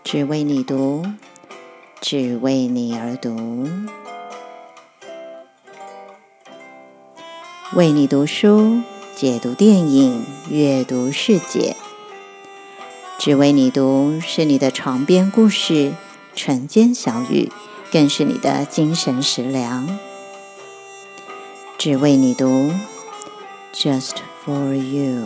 只为你读，只为你而读，为你读书，解读电影，阅读世界。只为你读是你的床边故事，晨间小语，更是你的精神食粮。只为你读 Just for you。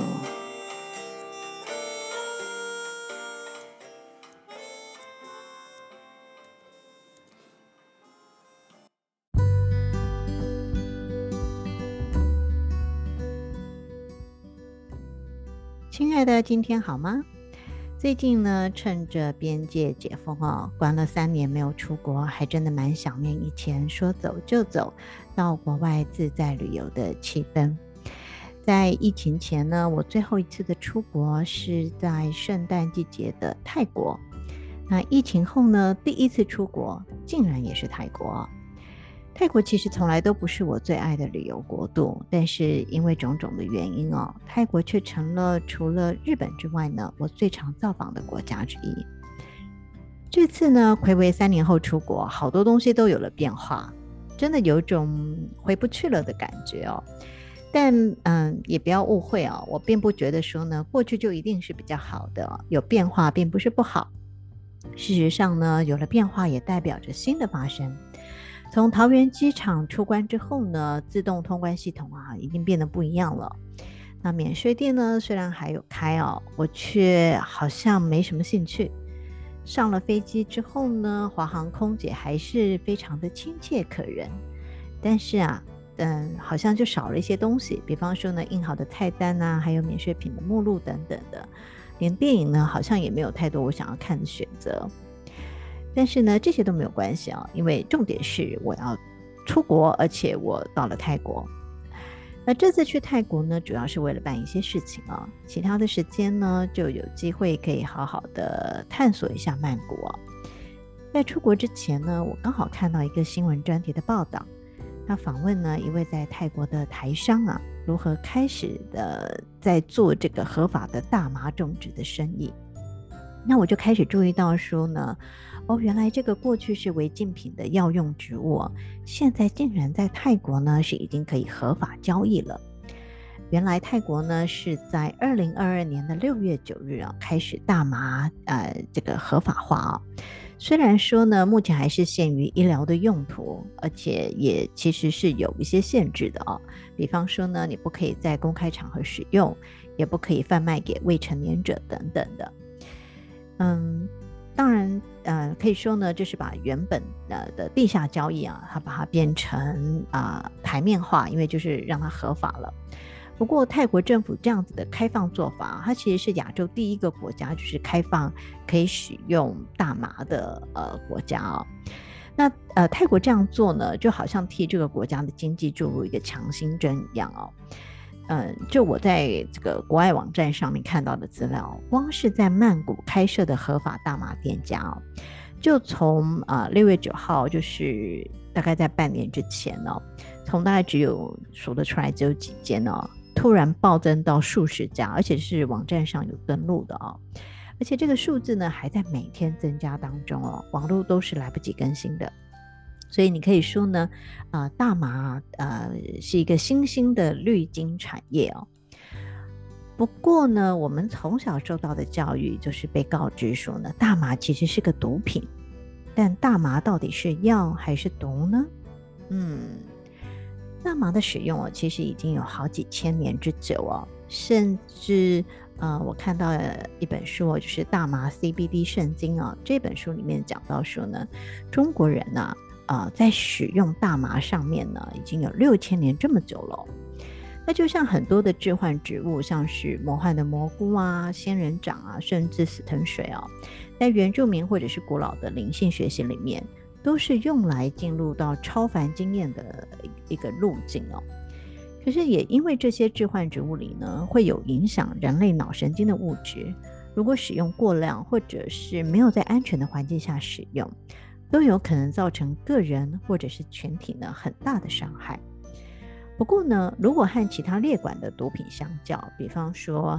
亲爱的，今天好吗？最近呢，趁着边界解封关了3年没有出国，还真的蛮想念以前说走就走到国外自在旅游的气氛。在疫情前呢，我最后一次的出国是在圣诞季节的泰国。那疫情后呢，第一次出国竟然也是泰国。泰国其实从来都不是我最爱的旅游国度，但是因为种种的原因泰国却成了除了日本之外呢，我最常造访的国家之一。这次呢，睽违3年后出国，好多东西都有了变化，真的有种回不去了的感觉但也不要误会我并不觉得说呢，过去就一定是比较好的有变化并不是不好。事实上呢，有了变化也代表着新的发生。从桃园机场出关之后呢，自动通关系统已经变得不一样了。那免税店呢，虽然还有开我却好像没什么兴趣。上了飞机之后呢，华航空姐还是非常的亲切可人，但是好像就少了一些东西，比方说呢，印好的菜单还有免税品的目录等等的，连电影呢好像也没有太多我想要看的选择。但是呢，这些都没有关系因为重点是我要出国，而且我到了泰国。那这次去泰国呢，主要是为了办一些事情其他的时间呢，就有机会可以好好的探索一下曼谷在出国之前呢，我刚好看到一个新闻专题的报道，他访问呢一位在泰国的台商如何开始的在做这个合法的大麻种植的生意。那我就开始注意到说呢，原来这个过去是违禁品的药用植物现在竟然在泰国呢是已经可以合法交易了。原来泰国呢是在2022年的6月9日开始大麻这个合法化虽然说呢目前还是限于医疗的用途，而且也其实是有一些限制的比方说呢，你不可以在公开场合使用，也不可以贩卖给未成年者等等的。当然可以说呢，这是把原本的地下交易它把它变成台面化，因为就是让它合法了。不过泰国政府这样子的开放做法，它其实是亚洲第一个国家就是开放可以使用大麻的国家那泰国这样做呢，就好像替这个国家的经济注入一个强心针一样就我在这个国外网站上面看到的资料，光是在曼谷开设的合法大麻店家就从6月9号，就是大概在半年之前从大概只有数得出来只有几间突然暴增到数十家，而且是网站上有登录的而且这个数字呢还在每天增加当中网络都是来不及更新的。所以你可以说呢大麻是一个新兴的绿金产业不过呢，我们从小受到的教育就是被告知说呢，大麻其实是个毒品。但大麻到底是药还是毒呢？大麻的使用其实已经有好几千年之久甚至我看到一本书就是大麻 CBD 圣经这本书里面讲到说呢，中国人在使用大麻上面呢已经有6000年这么久了那就像很多的致幻植物，像是魔幻的蘑菇仙人掌甚至死藤水在原住民或者是古老的灵性学习里面都是用来进入到超凡经验的一个路径可是也因为这些致幻植物里呢会有影响人类脑神经的物质，如果使用过量或者是没有在安全的环境下使用，都有可能造成个人或者是群体呢很大的伤害。不过呢，如果和其他列管的毒品相较，比方说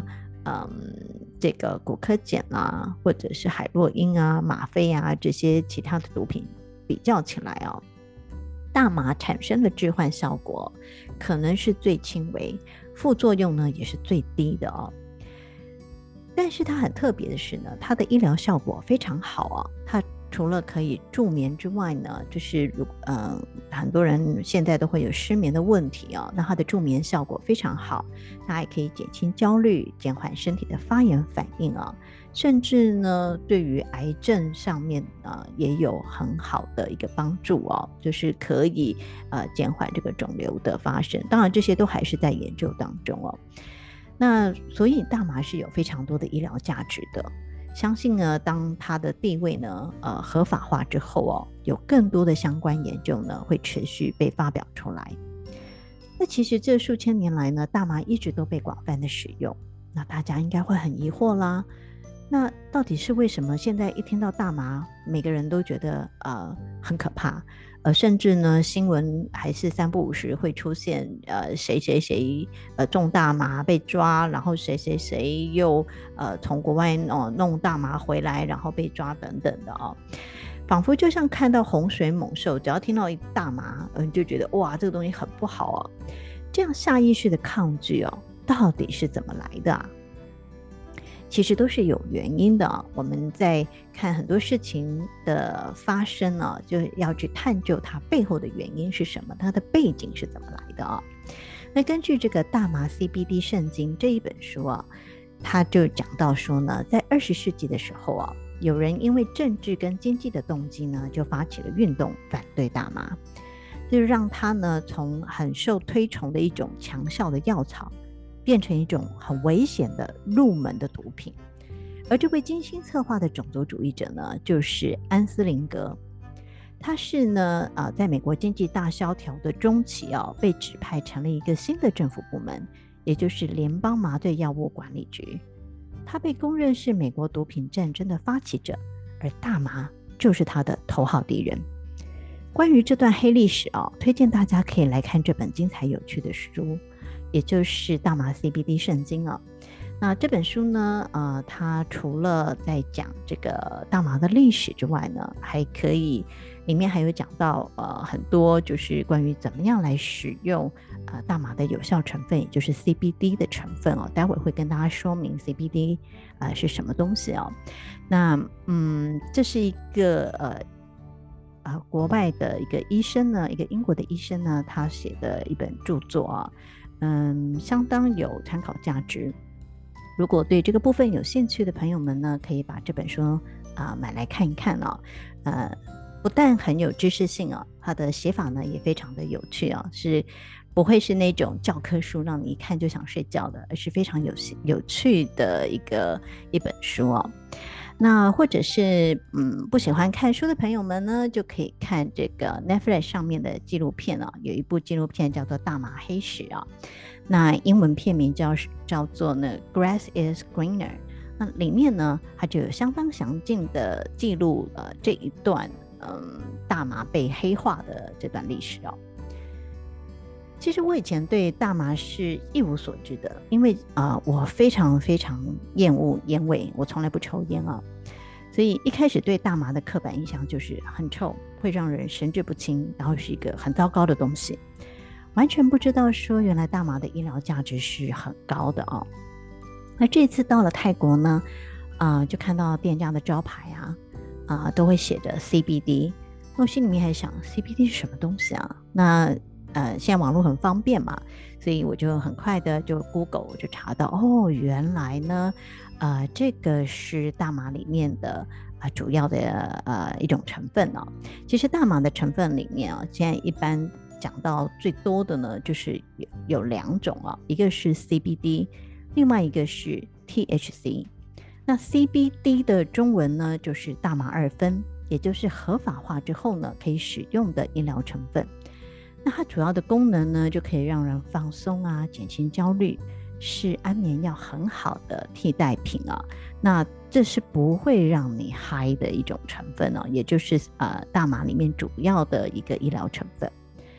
这个古柯碱啊，或者是海洛因啊、吗啡啊这些其他的毒品比较起来大麻产生的致幻效果可能是最轻微，副作用呢也是最低的但是它很特别的是呢，它的医疗效果非常好它除了可以助眠之外呢，就是很多人现在都会有失眠的问题那它的助眠效果非常好，它还可以减轻焦虑，减缓身体的发炎反应甚至呢对于癌症上面也有很好的一个帮助就是可以减缓这个肿瘤的发生，当然这些都还是在研究当中那所以大麻是有非常多的医疗价值的，相信呢当它的地位呢合法化之后有更多的相关研究呢会持续被发表出来。那其实这数千年来呢，大麻一直都被广泛的使用，那大家应该会很疑惑啦，那到底是为什么现在一听到大麻每个人都觉得很可怕，甚至呢新闻还是三不五时会出现谁谁谁种大麻被抓，然后谁谁谁又从国外弄大麻回来然后被抓等等的仿佛就像看到洪水猛兽，只要听到一大麻你就觉得哇这个东西很不好这样下意识的抗拒到底是怎么来的其实都是有原因的我们在看很多事情的发生就要去探究它背后的原因是什么，它的背景是怎么来的那根据这个大麻 CBD 圣经这一本书它就讲到说呢，在20世纪的时候有人因为政治跟经济的动机呢，就发起了运动反对大麻，就让它呢从很受推崇的一种强效的药草变成一种很危险的入门的毒品。而这位精心策划的种族主义者呢，就是安斯林格。他是呢在美国经济大萧条的中期被指派成立一个新的政府部门，也就是联邦麻醉药物管理局。他被公认是美国毒品战争的发起者，而大麻就是他的头号敌人。关于这段黑历史推荐大家可以来看这本精彩有趣的书，也就是大麻 CBD 圣经那这本书呢它除了在讲这个大麻的历史之外呢，还可以里面还有讲到很多就是关于怎么样来使用大麻的有效成分，也就是 CBD 的成分待会会跟大家说明 CBD 是什么东西那这是一个国外的一个医生呢，一个英国的医生呢，他写的一本著作相当有参考价值。如果对这个部分有兴趣的朋友们呢，可以把这本书买来看一看不但很有知识性它的写法呢也非常的有趣是不会是那种教科书让你一看就想睡觉的，而是非常有趣的一本书那或者是不喜欢看书的朋友们呢，就可以看这个 Netflix 上面的纪录片有一部纪录片叫做《大麻黑史》那英文片名叫做呢 Grass is Greener。那里面呢，它就有相当详尽的记录这一段大麻被黑化的这段历史其实我以前对大麻是一无所知的，因为我非常非常厌恶烟味，我从来不抽烟所以一开始对大麻的刻板印象就是很臭，会让人神志不清，然后是一个很糟糕的东西，完全不知道说原来大麻的医疗价值是很高的那这次到了泰国呢就看到店家的招牌都会写着 CBD， 那我心里面还想 CBD 是什么东西那现在网络很方便嘛，所以我就很快的就 Google 我就查到原来呢这个是大麻里面的主要的一种成分其实大麻的成分里面现在一般讲到最多的呢就是有两种一个是 CBD， 另外一个是 THC。 那 CBD 的中文呢就是大麻二酚，也就是合法化之后呢可以使用的医疗成分。那它主要的功能呢就可以让人放松减轻焦虑，是安眠药很好的替代品那这是不会让你嗨的一种成分也就是大麻里面主要的一个医疗成分。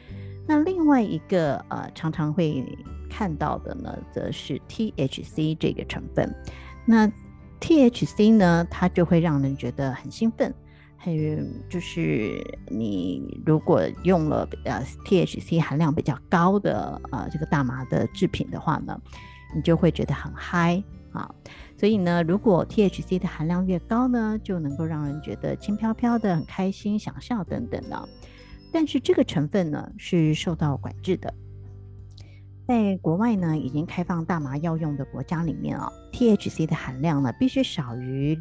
那另外一个常常会看到的呢，则是 THC 这个成分。那 THC 呢，它就会让人觉得很兴奋，还有就是你如果用了THC 含量比较高的这个大麻的制品的话呢，你就会觉得很嗨啊。所以呢，如果 THC 的含量越高呢，就能够让人觉得轻飘飘的、很开心、想笑等等的。但是这个成分呢是受到管制的。在国外呢，已经开放大麻药用的国家里面THC 的含量呢必须少于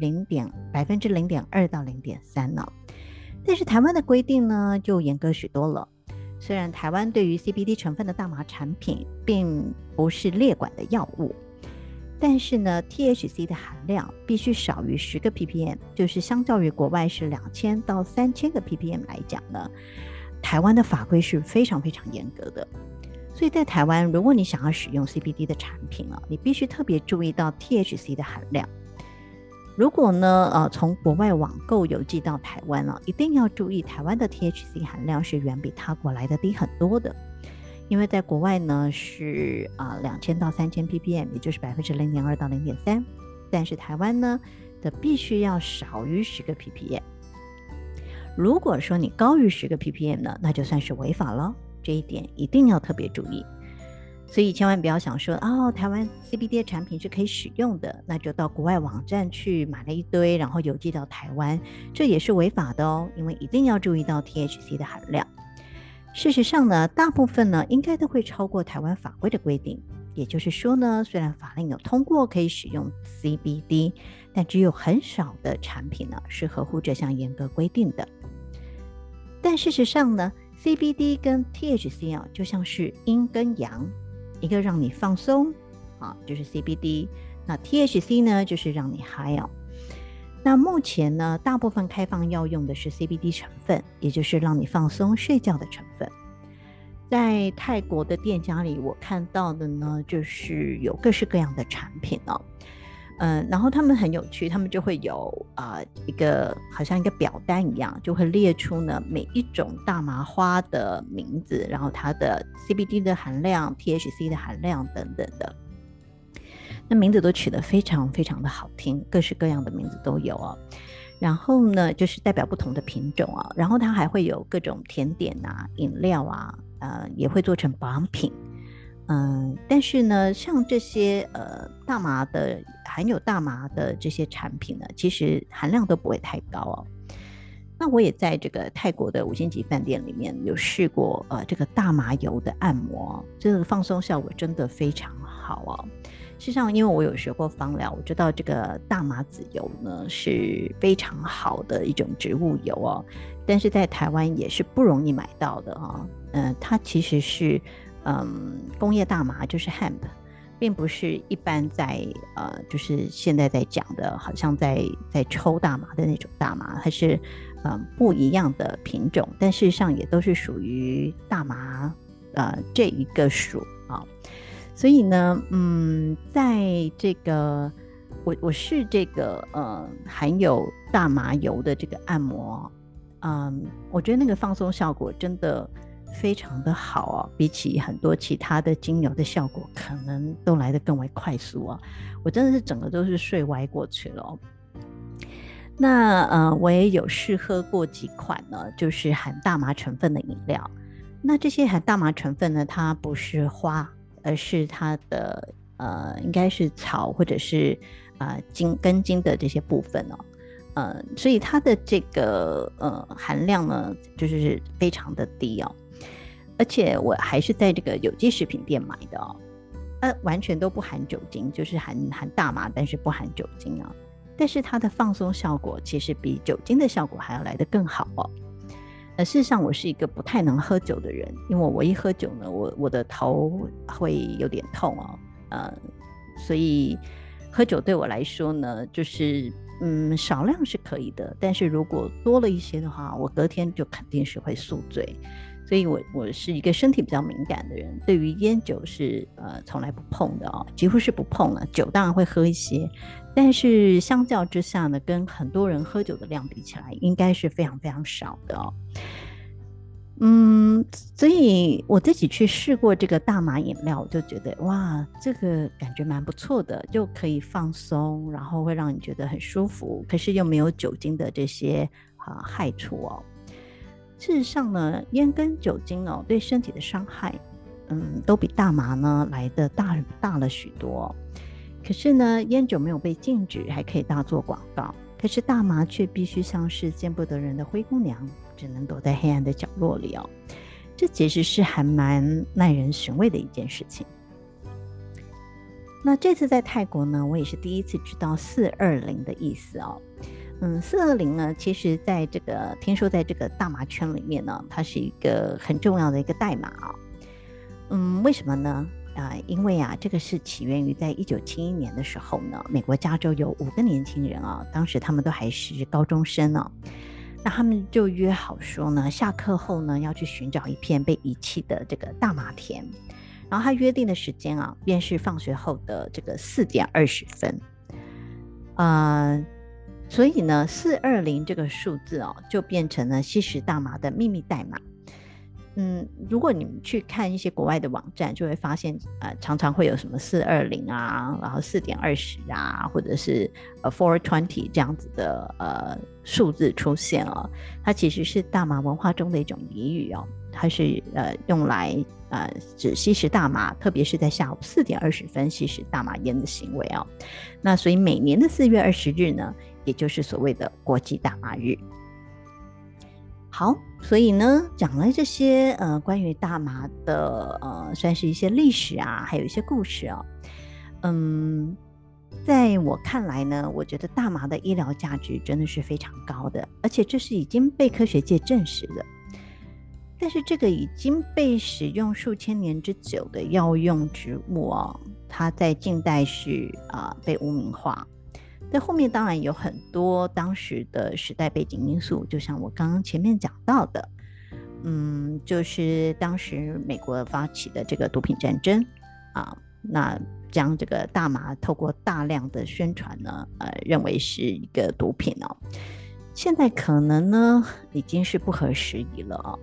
0.2%到0.3%呢。但是台湾的规定呢就严格许多了。虽然台湾对于 CBD 成分的大麻产品并不是列管的药物，但是呢 THC 的含量必须少于10个 ppm， 就是相较于国外是2000到3000个 ppm 来讲呢，台湾的法规是非常非常严格的。所以在台湾，如果你想要使用 CBD 的产品你必须特别注意到 THC 的含量。如果呢从国外网购邮寄到台湾一定要注意台湾的 THC 含量是远比他国来的低很多的。因为在国外呢是2000到3000 ppm， 也就是 0.2% 到 0.3%， 但是台湾呢的必须要少于10个 ppm。 如果说你高于10个 ppm 呢，那就算是违法了，这一点一定要特别注意。所以千万不要想说台湾 CBD 的产品是可以使用的，那就到国外网站去买了一堆，然后邮寄到台湾，这也是违法的因为一定要注意到 THC 的含量。事实上呢，大部分呢应该都会超过台湾法规的规定。也就是说呢，虽然法令有通过可以使用 CBD， 但只有很少的产品呢是合乎这项严格规定的。但事实上呢， CBD 跟 THC 就像是阴跟阳，一个让你放松就是 CBD， 那 THC 呢就是让你嗨那目前呢，大部分开放药用的是 CBD 成分，也就是让你放松睡觉的成分。在泰国的店家里，我看到的呢，就是有各式各样的产品然后他们很有趣，他们就会有一个好像一个表单一样，就会列出呢每一种大麻花的名字，然后它的 CBD 的含量、THC 的含量等等的。那名字都取得非常非常的好听，各式各样的名字都有然后呢就是代表不同的品种然后它还会有各种甜点饮料也会做成保养品。但是呢像这些大麻的含有大麻的这些产品呢，其实含量都不会太高那我也在这个泰国的5星级饭店里面有试过这个大麻油的按摩，这个放松效果真的非常好事实上因为我有学过芳疗，我知道这个大麻籽油呢是非常好的一种植物油但是在台湾也是不容易买到的它其实是工业大麻，就是 hemp， 并不是一般在就是现在在讲的好像在抽大麻的那种大麻，它是不一样的品种，但事实上也都是属于大麻这一个属所以呢在这个我是这个含有大麻油的这个按摩我觉得那个放松效果真的非常的好比起很多其他的精油的效果可能都来得更为快速我真的是整个都是睡歪过去了那我也有试喝过几款呢，就是含大麻成分的饮料。那这些含大麻成分呢，它不是花，而是它的应该是草或者是根茎的这些部分所以它的这个含量呢就是非常的低而且我还是在这个有机食品店买的完全都不含酒精，就是含大麻但是不含酒精但是它的放松效果其实比酒精的效果还要来得更好事实上我是一个不太能喝酒的人，因为我一喝酒呢我的头会有点痛所以喝酒对我来说呢就是少量是可以的，但是如果多了一些的话，我隔天就肯定是会宿醉。所以我是一个身体比较敏感的人，对于烟酒是从来不碰的几乎是不碰了。酒当然会喝一些，但是相较之下呢，跟很多人喝酒的量比起来，应该是非常非常少的所以我自己去试过这个大麻饮料，我就觉得哇，这个感觉蛮不错的，就可以放松，然后会让你觉得很舒服，可是又没有酒精的这些害处哦。事实上呢，烟跟酒精哦对身体的伤害，都比大麻呢来的大了许多哦。可是呢，烟酒没有被禁止，还可以大做广告。可是大麻却必须像是见不得人的灰姑娘，只能躲在黑暗的角落里哦。这其实是还蛮耐人寻味的一件事情。那这次在泰国呢，我也是第一次知道420的意思哦。420呢，其实在这个听说在这个大麻圈里面呢，它是一个很重要的一个代码哦。为什么呢？因为这个是起源于在1971年的时候呢，美国加州有5个年轻人啊，当时他们都还是高中生哦。那他们就约好说呢，下课后呢要去寻找一片被遗弃的这个大麻田，然后他约定的时间便是放学后的这个4:20。所以呢，420这个数字就变成了吸食大麻的秘密代码。如果你们去看一些国外的网站，就会发现，常常会有什么420然后4:20或者是420这样子的数字出现哦。它其实是大麻文化中的一种俚语哦，它是用来指吸食大麻，特别是在下午4:20吸食大麻烟的行为哦。那所以每年的4月20日呢，也就是所谓的国际大麻日。好，所以呢，讲了这些关于大麻的算是一些历史还有一些故事哦。在我看来呢，我觉得大麻的医疗价值真的是非常高的，而且这是已经被科学界证实的。但是这个已经被使用数千年之久的药用植物它在近代是被污名化。在后面当然有很多当时的时代背景因素，就像我刚刚前面讲到的，就是当时美国发起的这个毒品战争那将这个大麻透过大量的宣传呢，认为是一个毒品现在可能呢已经是不合时宜了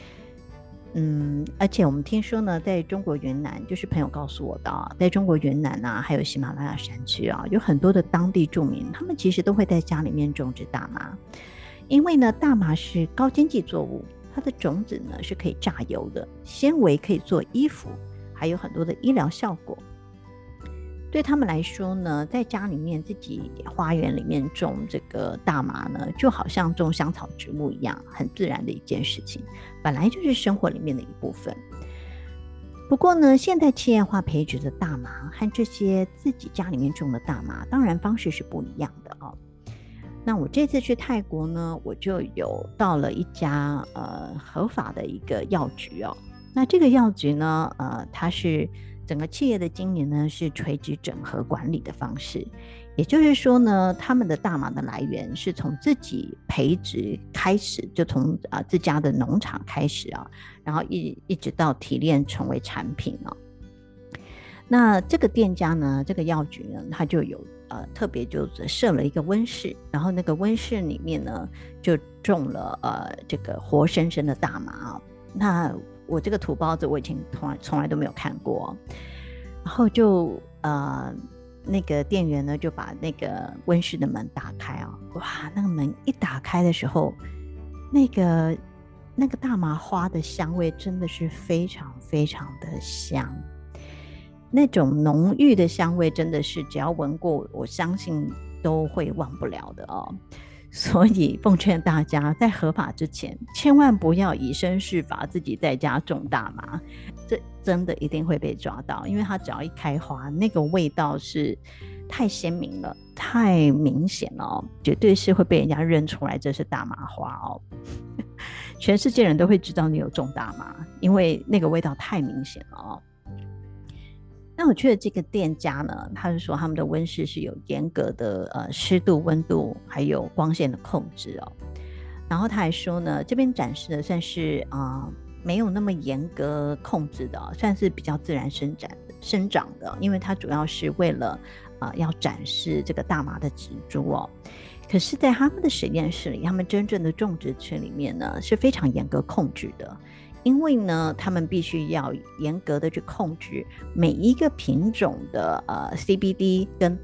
而且我们听说呢，在中国云南，就是朋友告诉我的在中国云南还有喜马拉雅山区有很多的当地住民，他们其实都会在家里面种植大麻，因为呢，大麻是高经济作物，它的种子呢是可以榨油的，纤维可以做衣服，还有很多的医疗效果。对他们来说呢，在家里面自己花园里面种这个大麻呢，就好像种香草植物一样，很自然的一件事情，本来就是生活里面的一部分。不过呢，现代企业化培植的大麻和这些自己家里面种的大麻，当然方式是不一样的那我这次去泰国呢，我就有到了一家合法的一个药局那这个药局呢，它是整个企业的经营呢是垂直整合管理的方式，也就是说呢，他们的大麻的来源是从自己培植开始，就从自家的农场开始然后一直到提炼成为产品那这个店家呢，这个药局呢，它就有特别就设了一个温室，然后那个温室里面呢就种了这个活生生的大麻那我这个土包子我以前从来都没有看过然后就那个店员呢就把那个温室的门打开哇，那个门一打开的时候，那个大麻花的香味真的是非常非常的香，那种浓郁的香味真的是只要闻过，我相信都会忘不了的所以奉劝大家，在合法之前，千万不要以身试法，自己在家种大麻，这真的一定会被抓到，因为它只要一开花，那个味道是太鲜明了，太明显了绝对是会被人家认出来这是大麻花全世界人都会知道你有种大麻，因为那个味道太明显了那我去的这个店家呢，他是说他们的温室是有严格的湿度、温度还有光线的控制然后他还说呢，这边展示的算是没有那么严格控制的算是比较自然生长的，因为它主要是为了要展示这个大麻的植株可是在他们的实验室里，他们真正的种植区里面呢是非常严格控制的，因为呢他们必须要严格的去控制每一个品种的CBD 跟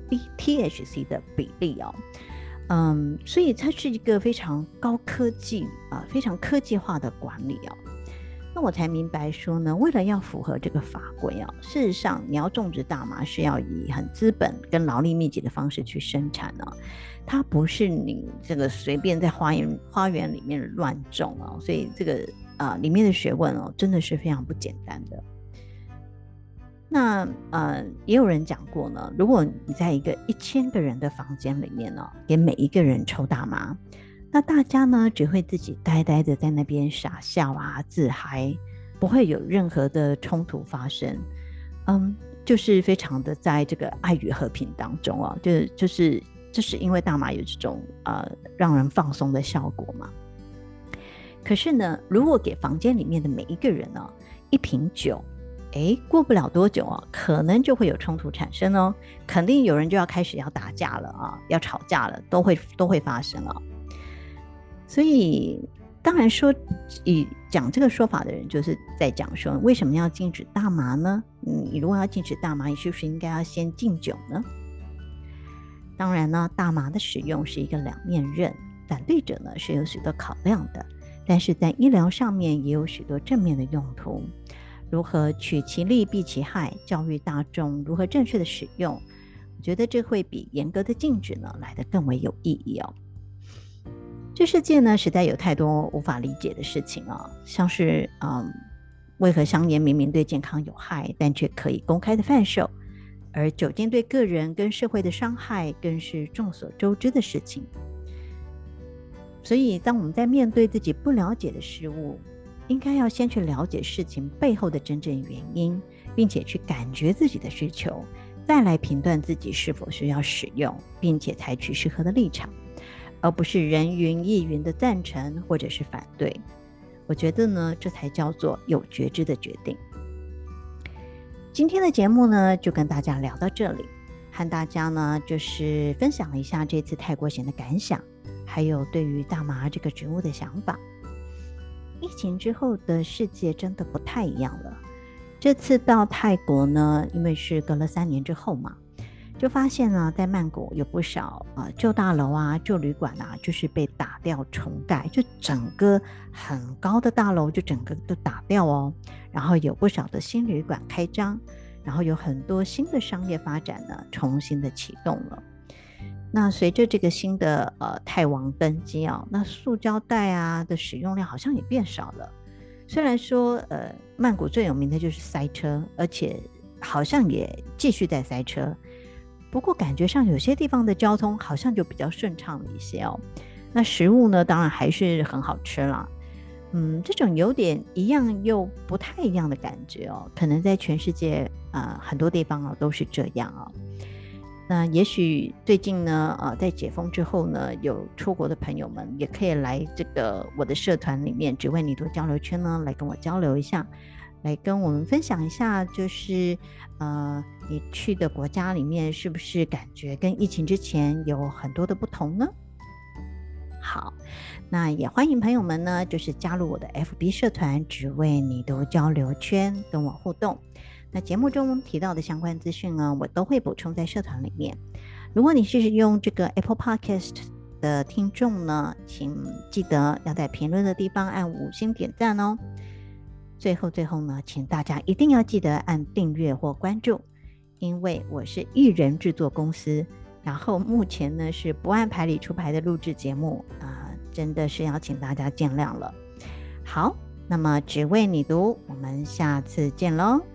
THC 的比例哦。所以它是一个非常高科技非常科技化的管理哦。那我才明白说呢，为了要符合这个法规啊，事实上你要种植大麻是要以很资本跟劳力密集的方式去生产啊，它不是你这个随便在花园里面乱种啊，所以这个里面的学问哦，真的是非常不简单的。那也有人讲过呢，如果你在一个1000个人的房间里面呢，给每一个人抽大麻，那大家呢只会自己呆呆的在那边傻笑自嗨，不会有任何的冲突发生。就是非常的在这个爱与和平当中哦，就是因为大麻有这种让人放松的效果嘛。可是呢，如果给房间里面的每一个人呢一瓶酒，过不了多久可能就会有冲突产生哦，肯定有人就要开始要打架了要吵架了，都会发生所以当然说，以讲这个说法的人就是在讲说，为什么要禁止大麻呢？你如果要禁止大麻，你是不是应该要先禁酒呢？当然呢，大麻的使用是一个两面刃，反对者呢是有许多考量的，但是在医疗上面也有许多正面的用途。如何取其利避其害，教育大众如何正确的使用，我觉得这会比严格的禁止呢来得更为有意义哦。这世界呢实在有太多无法理解的事情像是为何香烟明明对健康有害，但却可以公开的贩售，而酒精对个人跟社会的伤害更是众所周知的事情。所以当我们在面对自己不了解的事物，应该要先去了解事情背后的真正原因，并且去感觉自己的需求，再来评断自己是否需要使用，并且采取适合的立场，而不是人云亦云的赞成或者是反对。我觉得呢，这才叫做有觉知的决定。今天的节目呢，就跟大家聊到这里，和大家呢就是分享了一下这次泰国行的感想，还有对于大麻这个植物的想法。疫情之后的世界真的不太一样了。这次到泰国呢，因为是隔了3年之后嘛，就发现呢，在曼谷有不少旧大楼旧旅馆就是被打掉重盖，就整个很高的大楼就整个都打掉哦。然后有不少的新旅馆开张，然后有很多新的商业发展呢，重新的启动了。那随着这个新的泰王登基那塑胶袋的使用量好像也变少了。虽然说曼谷最有名的就是塞车，而且好像也继续在塞车，不过感觉上有些地方的交通好像就比较顺畅了一些那食物呢，当然还是很好吃啦。这种有点一样又不太一样的感觉可能在全世界很多地方都是这样那也许最近呢在解封之后呢，有出国的朋友们也可以来这个我的社团里面只为你读交流圈呢，来跟我交流一下，来跟我们分享一下，就是你去的国家里面是不是感觉跟疫情之前有很多的不同呢？好，那也欢迎朋友们呢，就是加入我的 FB 社团只为你读交流圈，跟我互动。那节目中提到的相关资讯呢，我都会补充在社团里面。如果你是用这个 Apple Podcast 的听众呢，请记得要在评论的地方按5星点赞哦。最后呢，请大家一定要记得按订阅或关注，因为我是艺人制作公司，然后目前呢是不按牌理出牌的录制节目真的是要请大家见谅了。好，那么只为你读，我们下次见咯。